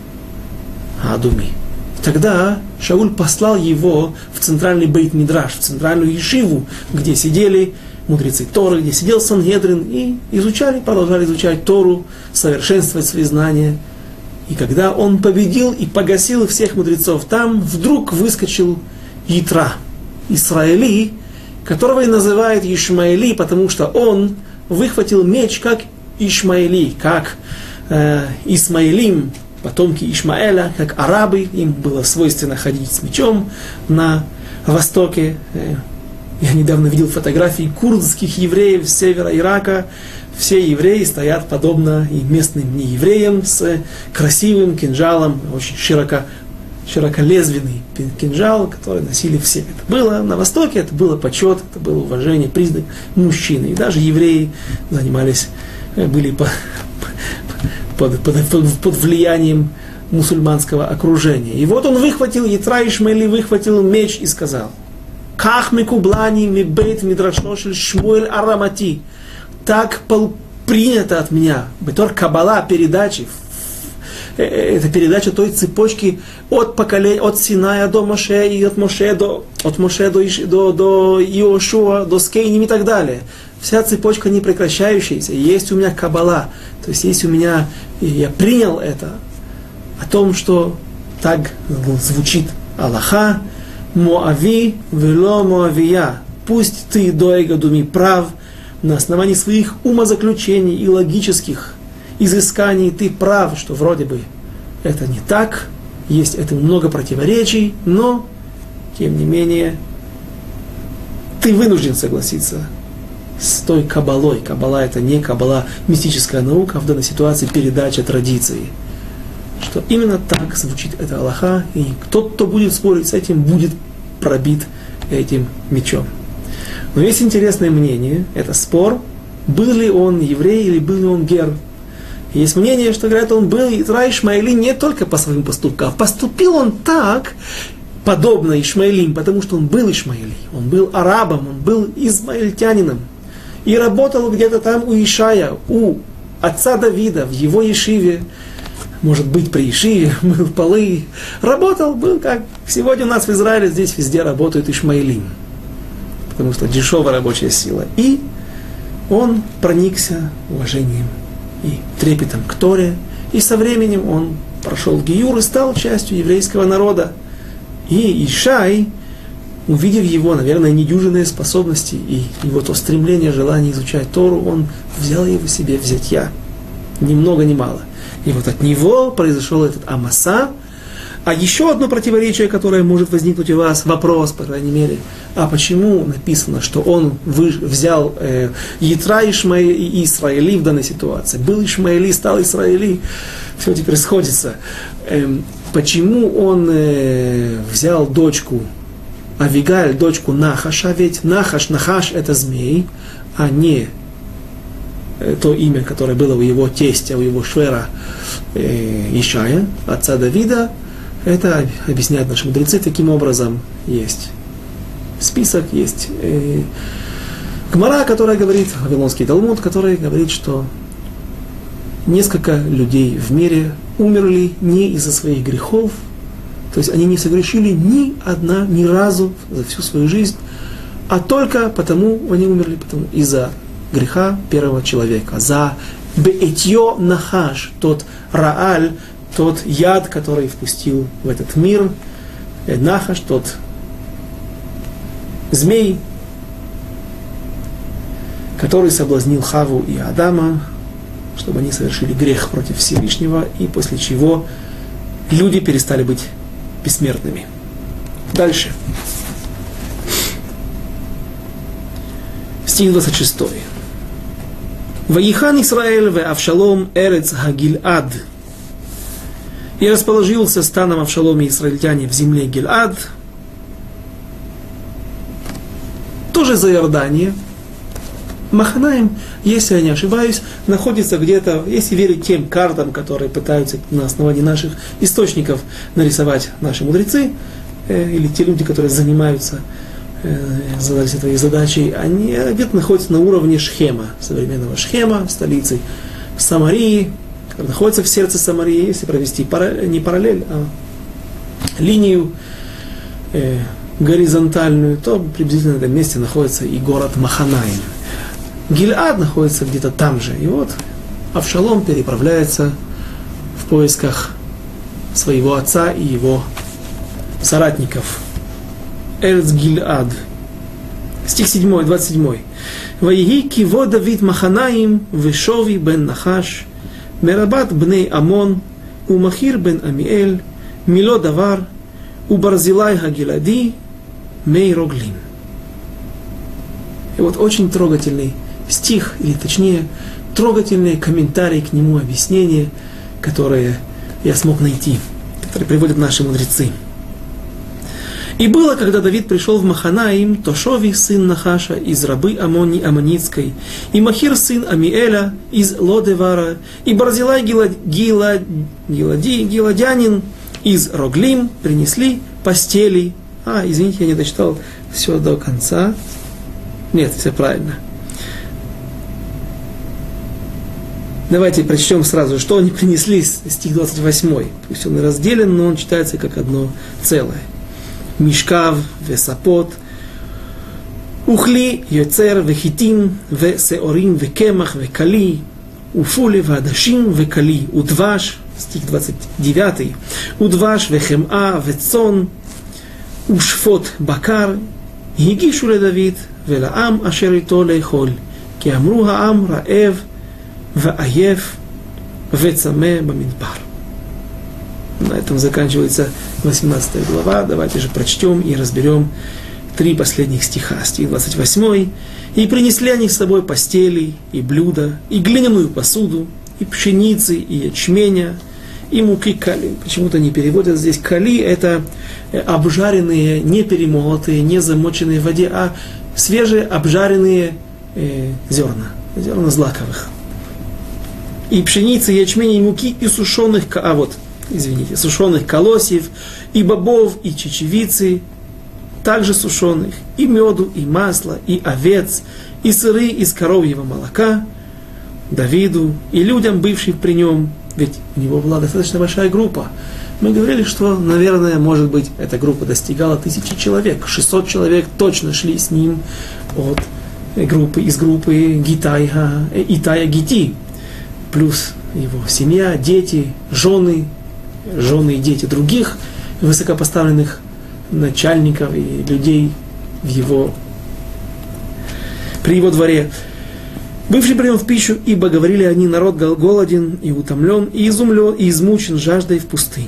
Адуми. Тогда Шауль послал его в центральный бейт-мидраш, в центральную ешиву, где сидели мудрецы Торы, где сидел Сангедрин, и изучали, продолжали изучать Тору, совершенствовать свои знания. И когда он победил и погасил всех мудрецов там, вдруг выскочил Итра, Исраили, которого и называют Ишмаили, потому что он выхватил меч как Ишмаили, как э, Исмаилим, потомки Ишмаэля, как арабы, им было свойственно ходить с мечом на востоке. Я недавно видел фотографии курдских евреев с севера Ирака. Все евреи стоят подобно и местным неевреям с красивым кинжалом, очень широко, широколезвенный кинжал, который носили все. Это было на Востоке, это было почет, это было уважение, признак мужчины. И даже евреи занимались, были по, под, под, под, под влиянием мусульманского окружения. И вот он выхватил, Итра Ишмаили выхватил меч и сказал: «Ках микублани ми бейт мидрашошель Шмуэль Арамати». Так принято от меня, бетор каббала, передачи, это передача той цепочки от поколения, от Синая до Моше, и от Моше до, от Моше до, до, до Иошуа, до Скейним и так далее. Вся цепочка не прекращающаяся. Есть у меня каббала, то есть есть у меня, я принял это, о том, что так звучит Аллаха, Моави вело Моавия. Пусть ты, Доэг Адуми, прав, на основании своих умозаключений и логических изысканий ты прав, что вроде бы это не так, есть этому много противоречий, но, тем не менее, ты вынужден согласиться с той каббалой. Каббала — это не каббала мистическая наука, а в данной ситуации передача традиции. Что именно так звучит эта Аллаха, и тот, кто будет спорить с этим, будет пробит этим мечом. Но есть интересное мнение, это спор, был ли он еврей или был ли он гер. Есть мнение, что говорят, он был Итра Ишмаили не только по своим поступкам, а поступил он так, подобно Ишмаилим, потому что он был Ишмаили, он был арабом, он был измаильтянином. И работал где-то там у Ишая, у отца Давида, в его ешиве, может быть, при ешиве, мыл полы, работал, был как сегодня у нас в Израиле, здесь везде работают Ишмаилим, потому что дешевая рабочая сила. И он проникся уважением и трепетом к Торе, и со временем он прошел гиюр и стал частью еврейского народа. И Ишай, увидев его, наверное, недюжинные способности и его то стремление, желание изучать Тору, он взял его себе взятья, ни много ни мало. И вот от него произошел этот Амаса. А еще одно противоречие, которое может возникнуть у вас, вопрос, по крайней мере, а почему написано, что он вы, взял э, Итра Ишмаили и Исраили в данной ситуации? Был Ишмаили, стал Исраили, все теперь сходится. Э, почему он э, взял дочку Авигаль, дочку Нахаша, ведь Нахаш, Нахаш это змей, а не э, то имя, которое было у его тестя, у его швера э, Ишая, отца Давида. Это объясняют наши мудрецы таким образом. Есть список, есть э, Гмара, которая говорит, Вавилонский Талмуд, который говорит, что несколько людей в мире умерли не из-за своих грехов, то есть они не согрешили ни одна, ни разу за всю свою жизнь, а только потому они умерли потому, из-за греха первого человека. За беэтьё нахаш, тот рааль, тот яд, который впустил в этот мир, Нахаш, тот змей, который соблазнил Хаву и Адама, чтобы они совершили грех против Всевышнего, и после чего люди перестали быть бессмертными. Дальше. Стих двадцать шесть. «Ваихан Исраэль ве Авшалом эрец Хагильад». И расположился станом Авшалом и израильтяне в земле Гильад, тоже за Иордание. Маханаим, если я не ошибаюсь, находится где-то, если верить тем картам, которые пытаются на основании наших источников нарисовать наши мудрецы, э, или те люди, которые занимаются, э, задались этой задачей, они где-то находятся на уровне Шхема, современного Шхема, столицы Самарии, которая находится в сердце Самарии. Если провести параллель, не параллель, а линию э, горизонтальную, то приблизительно на этом месте находится и город Маханаим. Гильад находится где-то там же. И вот Авшалом переправляется в поисках своего отца и его соратников. Эрец Гильад. Стих седьмой, двадцать седьмой. «Ваиги киво Давид Маханаим вешови бен Нахаш мерабат бней Амон умахир бен Амиэль мило давар убарзилай хагилади мей роглим». И вот очень трогательный стих, или точнее, трогательные комментарии к нему, объяснения, которые я смог найти, которые приводят наши мудрецы. «И было, когда Давид пришел в Маханаим, Тошови, сын Нахаша, из рабы Амони Амонитской, и Махир, сын Амиэля, из Лодевара, и Барзилай Гила, Гила, Гилади, Гиладянин, из Роглим, принесли постели». А, извините, я не дочитал все до конца. Нет, все правильно. Давайте прочтем сразу, что они принесли, стих двадцать восьмой. Пусть он и разделен, но он читается как одно целое. «Мишкав, весапот, ухли, йоцер, вехитим, весеорим, векемах, векали, уфули, вадашим, векали, удваш», стих двадцать девятый, «удваш, вехем'a, вецон, ушфот, бакар, гигишу ледавид, ולעם אשר איתו לאכול, כי אמרו העם רעב ועייף וצמא במדבר». На этом заканчивается восемнадцатая глава. Давайте же прочтем и разберем три последних стиха. Стих двадцать восьмой. «И принесли они с собой постели, и блюда, и глиняную посуду, и пшеницы, и ячменя, и муки кали». Почему-то не переводят здесь кали. Это обжаренные, не перемолотые, не замоченные в воде, а свежие обжаренные э, зерна, зерна злаковых. И пшеницы, и ячменя, и муки, и сушеных, а вот, извините, сушеных колосьев, и бобов, и чечевицы, также сушеных, и меду, и масла, и овец, и сыры из коровьего молока Давиду и людям, бывшим при нем, ведь у него была достаточно большая группа. Мы говорили, что, наверное, может быть, эта группа достигала тысячи человек. шестьсот человек точно шли с ним от группы, из группы Гитайга, Итая Гити. Плюс его семья, дети, жены, жены и дети других высокопоставленных начальников и людей в его, при его дворе. Бывший прием в пищу, ибо говорили они: народ голоден и утомлен, и изумлен, и измучен жаждой в пустыне.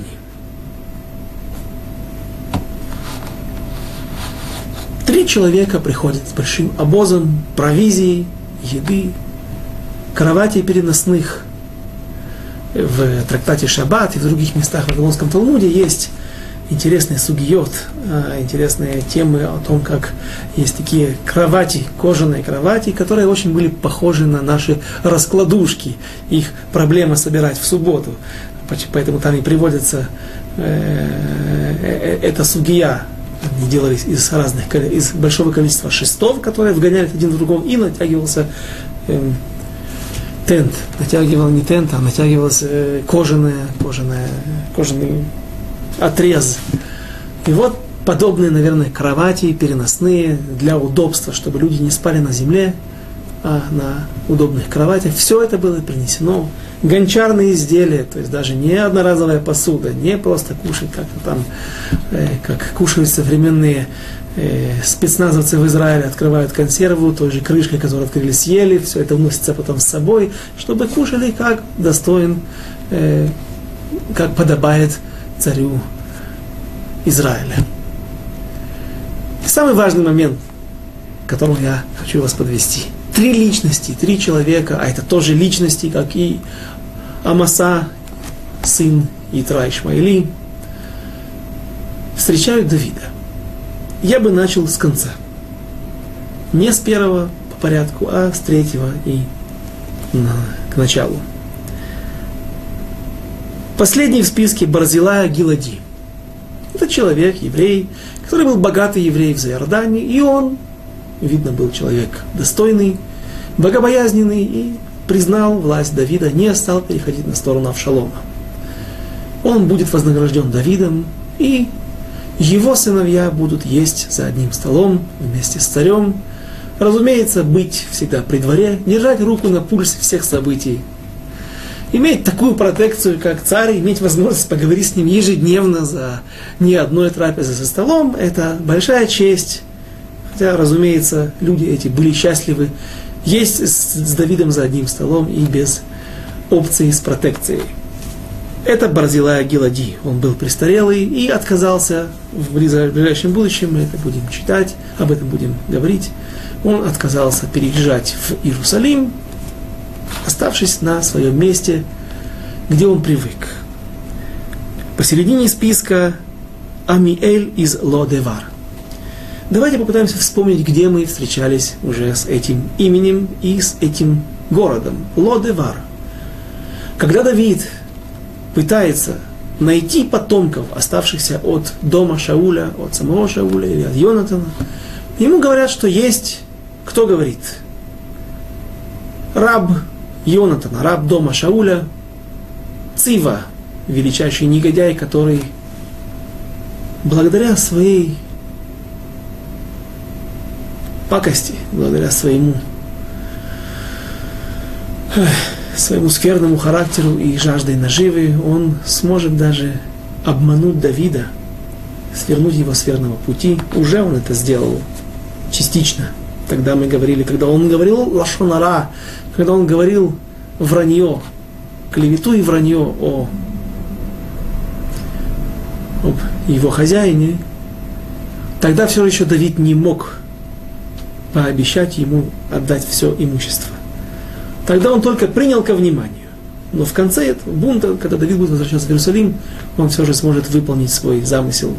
Три человека приходят с большим обозом провизии, еды, кроватей переносных. В трактате Шаббат и в других местах в Вавилонском Талмуде есть интересный сугиот, интересные темы о том, как есть такие кровати, кожаные кровати, которые очень были похожи на наши раскладушки. Их проблема собирать в субботу. Поэтому там и приводится э, эта сугия. Они делались из разных, из большого количества шестов, которые вгоняли один в другом, и натягивался э, тент. Натягивал не тент, а натягивался э, кожаная, кожаная, кожаный отрез. И вот подобные, наверное, кровати переносные для удобства, чтобы люди не спали на земле, а на удобных кроватях. Все это было принесено. Гончарные изделия, то есть даже не одноразовая посуда, не просто кушать, как-то там, э, как кушают современные э, спецназовцы в Израиле, открывают консерву, той же крышкой, которую открыли, съели, все это уносится потом с собой, чтобы кушали как достоин, э, как подобает царю Израиля. И самый важный момент, к которому я хочу вас подвести. Три личности, три человека, а это тоже личности, как и Амаса, сын Итра Ишмаили, встречают Давида. Я бы начал с конца. Не с первого по порядку, а с третьего и на, к началу. Последний в списке Барзилай Гилади. Это человек, еврей, который был богатый еврей в Иордании, и он, видно, был человек достойный, богобоязненный, и признал власть Давида, не стал переходить на сторону Авшалома. Он будет вознагражден Давидом, и его сыновья будут есть за одним столом вместе с царем. Разумеется, быть всегда при дворе, держать руку на пульсе всех событий, иметь такую протекцию, как царь, иметь возможность поговорить с ним ежедневно за не одной трапезой за столом, это большая честь. Хотя, разумеется, люди эти были счастливы есть с, с Давидом за одним столом и без опции с протекцией. Это Барзилай Гилади. Он был престарелый и отказался в ближайшем будущем, мы это будем читать, об этом будем говорить. Он отказался переезжать в Иерусалим, оставшись на своем месте, где он привык. Посередине списка Амиэль из Ло-Девар. Давайте попытаемся вспомнить, где мы встречались уже с этим именем и с этим городом. Ло-Девар. Когда Давид пытается найти потомков, оставшихся от дома Шауля, от самого Шауля или от Йонатана, ему говорят, что есть, кто говорит? Раб Йонатана, раб дома Шауля, Цива, величайший негодяй, который благодаря своей пакости, благодаря своему, своему скверному характеру и жаждой наживы, он сможет даже обмануть Давида, свернуть его с верного пути. Уже он это сделал частично. Тогда мы говорили, когда он говорил лашон ара, когда он говорил вранье, клевету и вранье о, об его хозяине, тогда все еще Давид не мог пообещать ему отдать все имущество. Тогда он только принял ко вниманию. Но в конце этого бунта, когда Давид будет возвращаться в Иерусалим, он все же сможет выполнить свой замысел,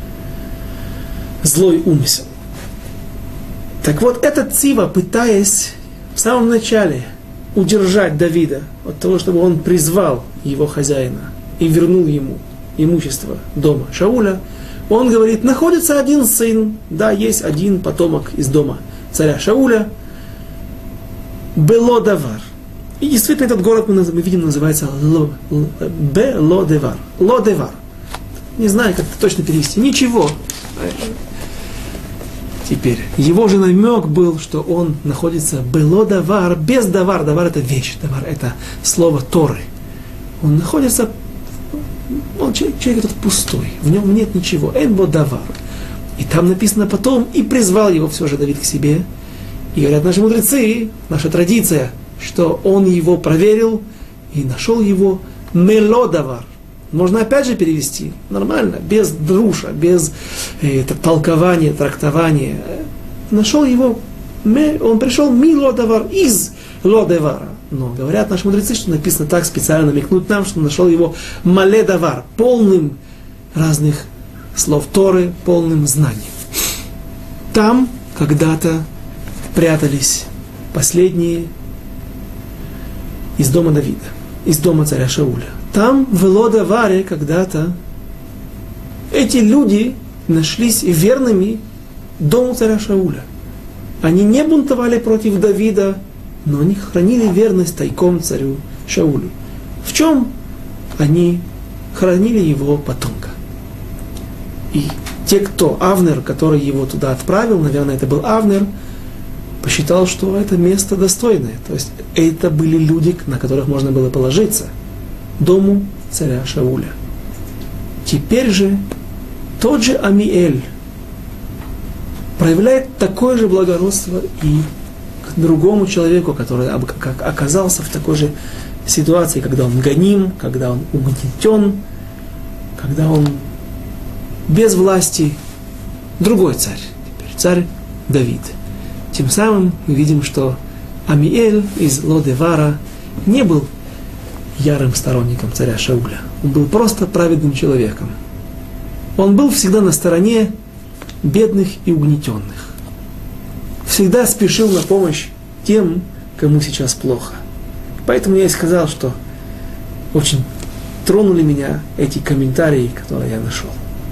злой умысел. Так вот, этот Цива, пытаясь в самом начале удержать Давида от того, чтобы он призвал его хозяина и вернул ему имущество дома Шауля, он говорит, находится один сын, да, есть один потомок из дома царя Шауля, Бело-Давар. И действительно этот город, мы видим, называется Бело-Девар. Ло-Девар. Не знаю, как это точно перевести. Ничего. Теперь, его же намек был, что он находится Бело-Давар, без Давар. Давар это вещь, Давар это слово Торы. Он находится, он, человек, человек этот пустой, в нем нет ничего. Энбо-Давар. И там написано потом, и призвал его все же Давид к себе. И говорят наши мудрецы, наша традиция, что он его проверил и нашел его Мело-Давар. Можно опять же перевести нормально, без друша, без э, толкования, трактования. Нашел его, он пришел Мило-Давар из Ло-Девара. Но говорят наши мудрецы, что написано так, специально намекнуть нам, что нашел его Мале-Давар, полным разных слов Торы, полным знанием. Там когда-то прятались последние из дома Давида, из дома царя Шауля. Там, в Ло-Деваре, когда-то эти люди нашлись верными дому царя Шауля. Они не бунтовали против Давида, но они хранили верность тайком царю Шаулю. В чем? Они хранили его потомка. И те, кто, Авнер, который его туда отправил, наверное, это был Авнер, посчитал, что это место достойное. То есть это были люди, на которых можно было положиться. Дому царя Шауля. Теперь же тот же Амиэль проявляет такое же благородство и к другому человеку, который оказался в такой же ситуации, когда он гоним, когда он угнетен, когда он без власти. Другой царь, теперь царь Давид. Тем самым мы видим, что Амиэль из Лодевара не был ярым сторонником царя Шауля. Он был просто праведным человеком. Он был всегда на стороне бедных и угнетенных. Всегда спешил на помощь тем, кому сейчас плохо. Поэтому я и сказал, что очень тронули меня эти комментарии, которые я нашел.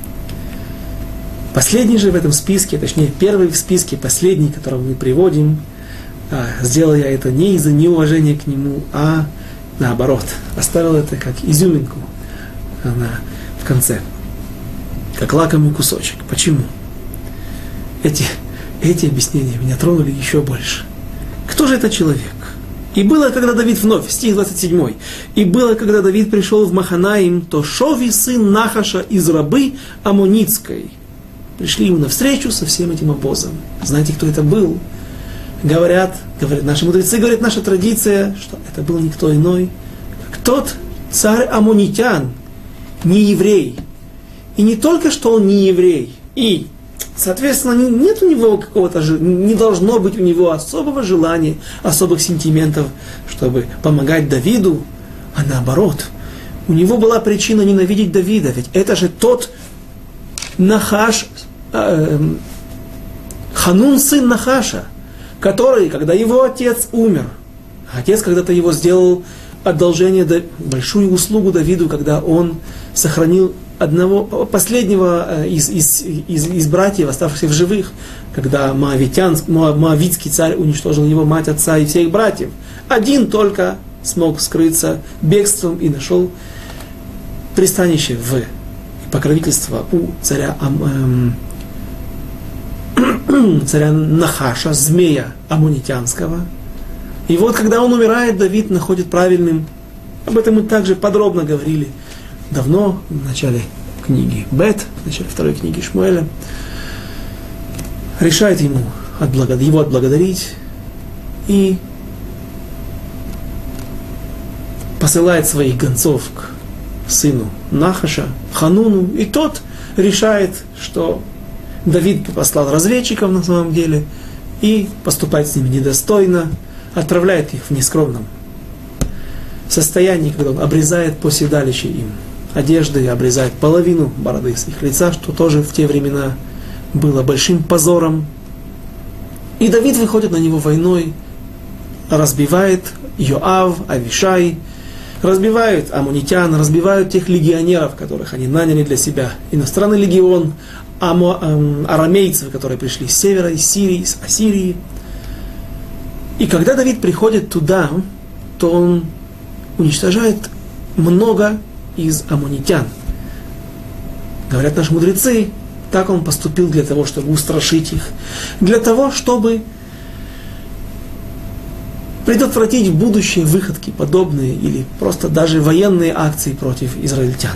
Последний же в этом списке, точнее первый в списке, последний, которого мы приводим, сделал я это не из-за неуважения к нему, а наоборот, оставил это как изюминку на, в конце, как лакомый кусочек. Почему? Эти, эти объяснения меня тронули еще больше. Кто же этот человек? И было, когда Давид вновь, стих двадцать семь, и было, когда Давид пришел в Маханаим, то Шови, сын Нахаша из рабы Аммонитской, пришли ему навстречу со всем этим обозом. Знаете, кто это был? Говорят, говорят, наши мудрецы говорят, наша традиция, что это был никто иной, как тот царь Аммонитян, не еврей. И не только, что он не еврей, и, соответственно, нет у него какого-то, не должно быть у него особого желания, особых сентиментов, чтобы помогать Давиду, а наоборот, у него была причина ненавидеть Давида, ведь это же тот Нахаш, э, Ханун, сын Нахаша, который, когда его отец умер, отец когда-то его сделал одолжение, большую услугу Давиду, когда он сохранил одного, последнего из, из, из, из братьев, оставшихся в живых, когда моавитян, моавитский царь уничтожил его мать, отца и всех братьев. Один только смог скрыться бегством и нашел пристанище в покровительство у царя, эм, царя Нахаша, змея аммонитянского. И вот, когда он умирает, Давид находит правильным, об этом мы также подробно говорили давно, в начале книги Бет, в начале второй книги Шмуэля, решает ему отблагод... его отблагодарить и посылает своих гонцов к сыну Нахаша, Хануну, и тот решает, что Давид послал разведчиков на самом деле и поступает с ними недостойно, отправляет их в нескромном состоянии, когда он обрезает по седалище им одежды, обрезает половину бороды с их лица, что тоже в те времена было большим позором. И Давид выходит на него войной, разбивает Йоав, Авишай, разбивают аммонитян, разбивают тех легионеров, которых они наняли для себя, иностранный легион, амо, эм, арамейцев, которые пришли с севера, из Сирии, из Ассирии. И когда Давид приходит туда, то он уничтожает много из аммонитян. Говорят наши мудрецы, так он поступил для того, чтобы устрашить их, для того, чтобы предотвратить в будущее выходки подобные или просто даже военные акции против израильтян.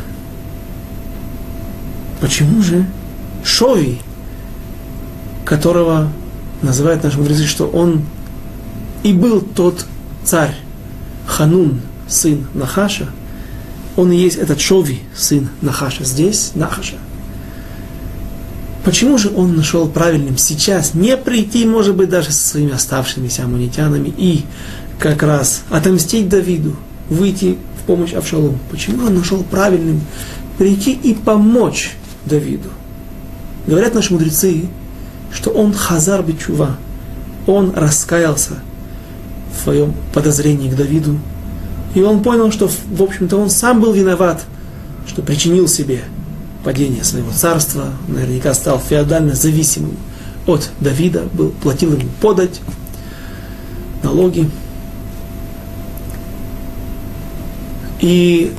Почему же Шови, которого называют наши мудрецы, что он и был тот царь Ханун, сын Нахаша, он и есть этот Шови, сын Нахаша, здесь Нахаша. Почему же он нашел правильным сейчас не прийти, может быть, даже со своими оставшимися аммонитянами и как раз отомстить Давиду, выйти в помощь Авшалому? Почему он нашел правильным прийти и помочь Давиду? Говорят наши мудрецы, что он хазар бичува, он раскаялся в своем подозрении к Давиду, и он понял, что, в общем-то, он сам был виноват, что причинил себе падение своего царства, наверняка стал феодально зависимым от Давида, был, платил ему подать, налоги. И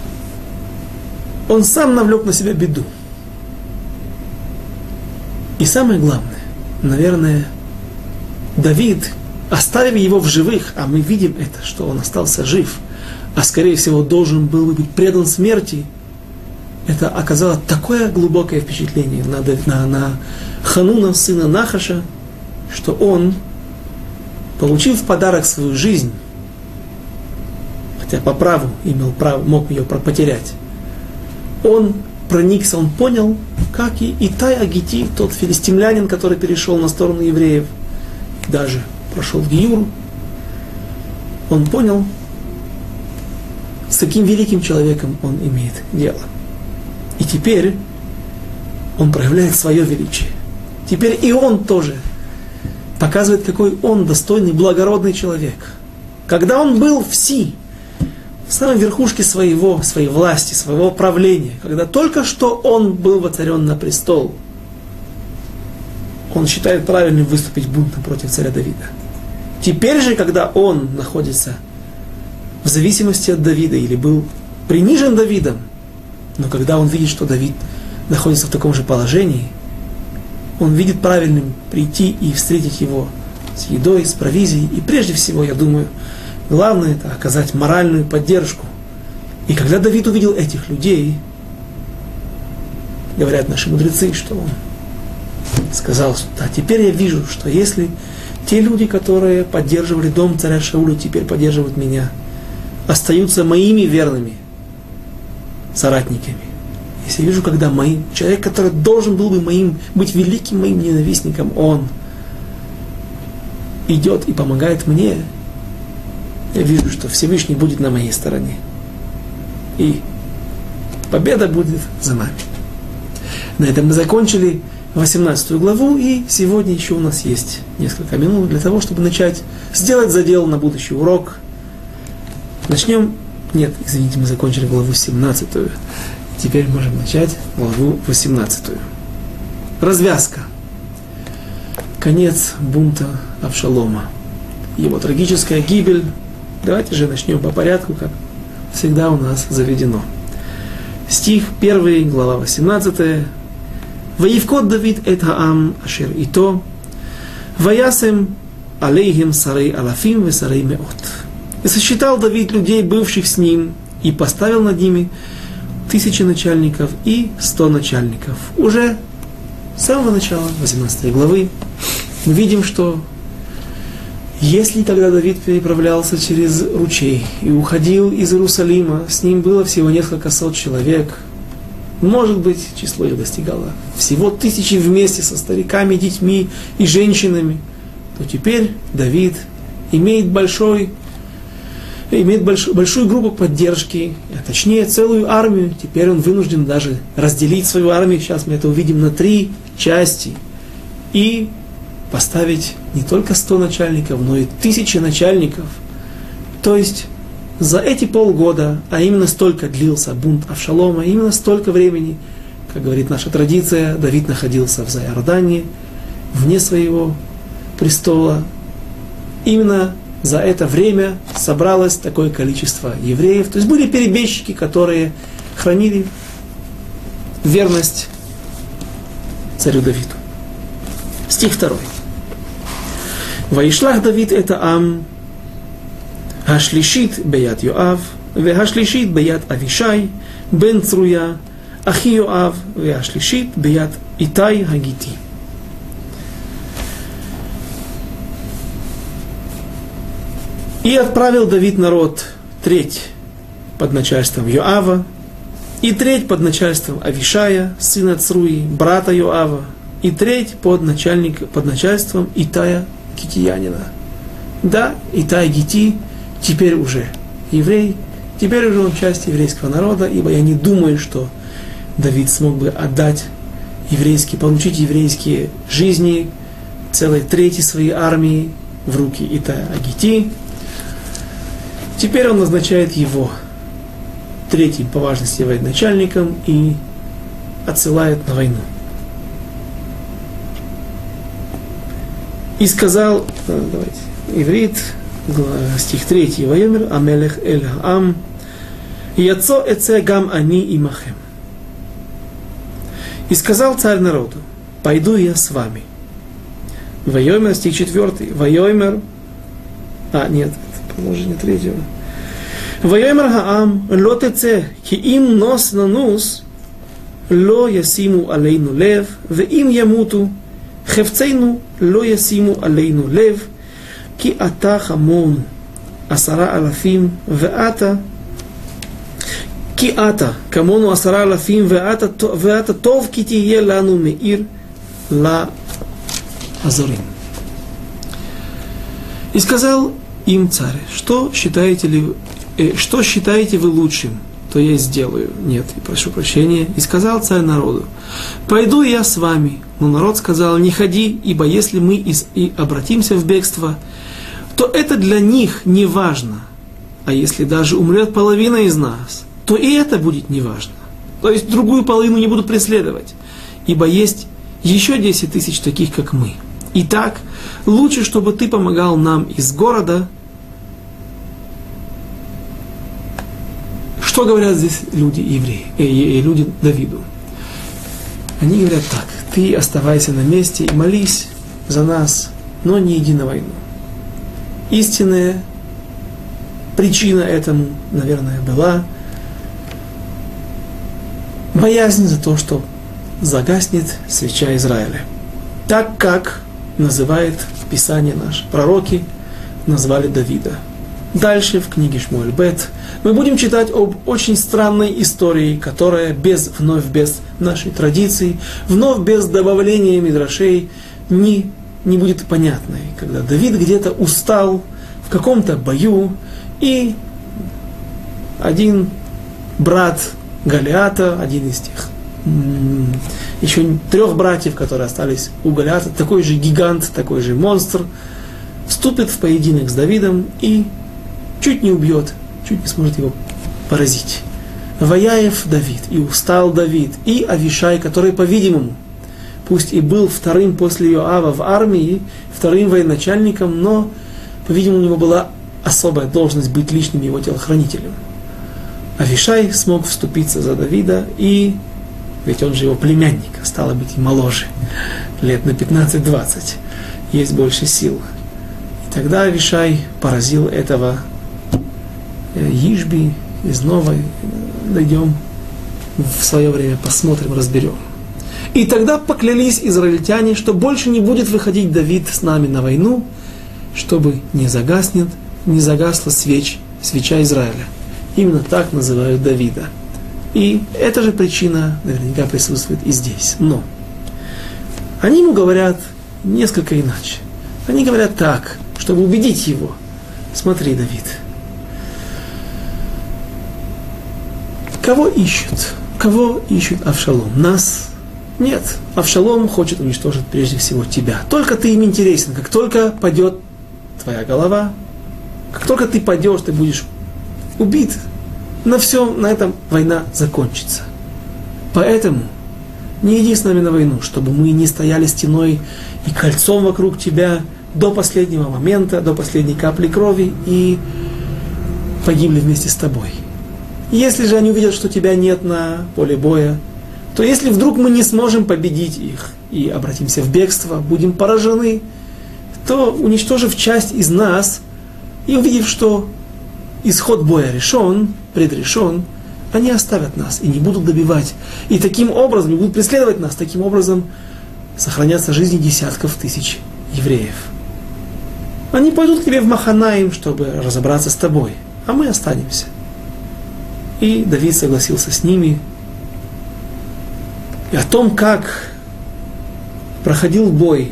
он сам навлек на себя беду. И самое главное, наверное, Давид, оставив его в живых, а мы видим это, что он остался жив, а скорее всего должен был быть предан смерти, это оказало такое глубокое впечатление на, на, на Хануна, сына Нахаша, что он, получив в подарок свою жизнь, хотя по праву имел право, мог ее потерять, он проникся, он понял, как и Итай Агити, тот филистимлянин, который перешел на сторону евреев, даже прошел в Гиюр, он понял, с каким великим человеком он имеет дело. И теперь он проявляет свое величие. Теперь и он тоже показывает, какой он достойный, благородный человек. Когда он был в Си, в самой верхушке своего, своей власти, своего правления, когда только что он был воцарен на престол, он считает правильным выступить бунтом против царя Давида. Теперь же, когда он находится в зависимости от Давида или был принижен Давидом, но когда он видит, что Давид находится в таком же положении, он видит правильным прийти и встретить его с едой, с провизией. И прежде всего, я думаю, главное это оказать моральную поддержку. И когда Давид увидел этих людей, говорят наши мудрецы, что он сказал, что да, теперь я вижу, что если те люди, которые поддерживали дом царя Шауля, теперь поддерживают меня, остаются моими верными соратниками. Если я вижу, когда мои, человек, который должен был бы моим, быть великим моим ненавистником, он идет и помогает мне, я вижу, что Всевышний будет на моей стороне. И победа будет за нами. На этом мы закончили восемнадцатую главу, и сегодня еще у нас есть несколько минут для того, чтобы начать сделать задел на будущий урок. Начнем. Нет, извините, мы закончили главу семнадцатую. Теперь можем начать главу восемнадцатую. Развязка. Конец бунта Авшалома. Его трагическая гибель. Давайте же начнем по порядку, как всегда у нас заведено. Стих первый, глава восемнадцатая. «Ваивкот Давид эт хаам ашер ито, ваясем алейхим сарей алафим ве сарей меот». И сосчитал Давид людей, бывших с ним, и поставил над ними тысячи начальников и сто начальников. Уже с самого начала восемнадцатой главы мы видим, что если тогда Давид переправлялся через ручей и уходил из Иерусалима, с ним было всего несколько сот человек, может быть, число их достигало всего тысячи вместе со стариками, детьми и женщинами, то теперь Давид имеет большой имеет большую, большую группу поддержки, а точнее целую армию. Теперь он вынужден даже разделить свою армию, сейчас мы это увидим, на три части. И поставить не только сто начальников, но и тысячи начальников. То есть за эти полгода, а именно столько длился бунт Авшалома, именно столько времени, как говорит наша традиция, Давид находился в Зайордании, вне своего престола. Именно за это время собралось такое количество евреев. То есть были перебежчики, которые хранили верность царю Давиду. Стих второй. «Ваишлах Давид это ам, хашлишит беят Йоав, ве хашлишит беят Авишай, бен Цруя, ахи Йоав, ве хашлишит беят Итай Хагити». И отправил Давид народ треть под начальством Йоава, и треть под начальством Авишая, сына Цруи, брата Йоава, и треть под, начальник, под начальством Итая Гитиянина. Да, Итай Гити теперь уже еврей, теперь уже он часть еврейского народа, ибо я не думаю, что Давид смог бы отдать еврейские, получить еврейские жизни целой трети своей армии в руки Итая Гити. Теперь он назначает его третьим по важности военачальником и отсылает на войну. И сказал, давайте, иврит, стих третий, «Ваемер амелех эль ам, яцо эце гам ани имахем». И сказал царь народу: «Пойду я с вами». Вайомер, стих четвертый. Вайомер. А, нет, это продолжение третьего. Вайомер хаам лотеце ки им нос нанус ло ясиму алейну лев, ве им ямуту хевцейну ло ясиму алейну лев, ки ата хамон асара алафим, ве ата ки ата камону асара алафим, ве ата тов ки тие лану меир ла азорим. И сказал им царь: что считаете ли, э, что считаете вы лучшим, то я сделаю. Нет, и прошу прощения. И сказал царь народу: пойду я с вами. Но народ сказал: не ходи, ибо если мы и, и обратимся в бегство, то это для них не важно. А если даже умрет половина из нас, то и это будет не важно. То есть другую половину не будут преследовать, ибо есть еще десять тысяч таких, как мы. Итак, лучше, чтобы ты помогал нам из города. Что говорят здесь люди евреи, э, э, люди Давиду? Они говорят так: ты оставайся на месте и молись за нас, но не иди на войну. Истинная причина этому, наверное, была боязнь за то, что загаснет свеча Израиля. Так как называет Писание наше, пророки назвали Давида. Дальше в книге Шмуэль Бет мы будем читать об очень странной истории, которая без, вновь без нашей традиции, вновь без добавления мидрашей не, не будет понятной. Когда Давид где-то устал в каком-то бою, и один брат Голиата, один из тех еще трех братьев, которые остались у Голиата, такой же гигант, такой же монстр, вступит в поединок с Давидом и чуть не убьет, чуть не сможет его поразить. Ваяев Давид, и устал Давид, и Авишай, который, по-видимому, пусть и был вторым после Йоава в армии, вторым военачальником, но, по-видимому, у него была особая должность быть личным его телохранителем. Авишай смог вступиться за Давида, и ведь он же его племянник, стало быть, и моложе, лет на пятнадцать-двадцать, есть больше сил. И тогда Авишай поразил этого Ишби из Новой. Дойдем в свое время, посмотрим, разберем. И тогда поклялись израильтяне, что больше не будет выходить Давид с нами на войну, чтобы не загаснет, не загасла свеч, свеча Израиля. Именно так называют Давида. И эта же причина наверняка присутствует и здесь. Но они ему говорят несколько иначе. Они говорят так, чтобы убедить его: смотри, Давид, кого ищут? Кого ищут Авшалом? Нас? Нет. Авшалом хочет уничтожить прежде всего тебя. Только ты им интересен. Как только падет твоя голова, как только ты падешь, ты будешь убит, на всем на этом война закончится. Поэтому не иди с нами на войну, чтобы мы не стояли стеной и кольцом вокруг тебя до последнего момента, до последней капли крови и погибли вместе с тобой. Если же они увидят, что тебя нет на поле боя, то если вдруг мы не сможем победить их и обратимся в бегство, будем поражены, то, уничтожив часть из нас и увидев, что исход боя решен, предрешен, они оставят нас и не будут добивать. И таким образом, не будут преследовать нас, таким образом сохранятся жизни десятков тысяч евреев. Они пойдут к тебе в Маханаим, чтобы разобраться с тобой, а мы останемся. И Давид согласился с ними. И о том, как проходил бой,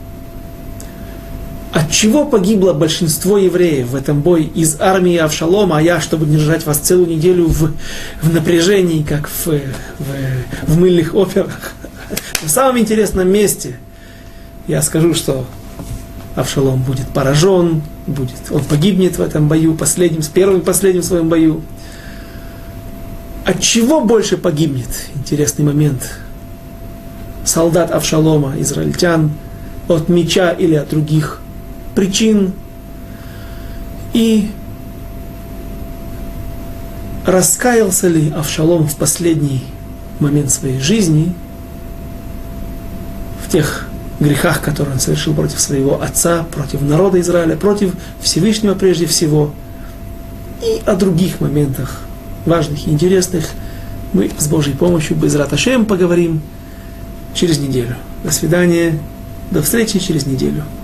от чего погибло большинство евреев в этом бое из армии Авшалома, а я, чтобы держать вас целую неделю в, в напряжении, как в, в, в мыльных операх, в самом интересном месте, я скажу, что Авшалом будет поражен, будет, он погибнет в этом бою, последним, с первым и последним в своем бою. От чего больше погибнет? Интересный момент. Солдат Авшалома, израильтян, от меча или от других причин. И раскаялся ли Авшалом в последний момент своей жизни, в тех грехах, которые он совершил против своего отца, против народа Израиля, против Всевышнего прежде всего, и о других моментах, важных и интересных, мы с Божьей помощью, Безрат Ашем, поговорим через неделю. До свидания, до встречи через неделю.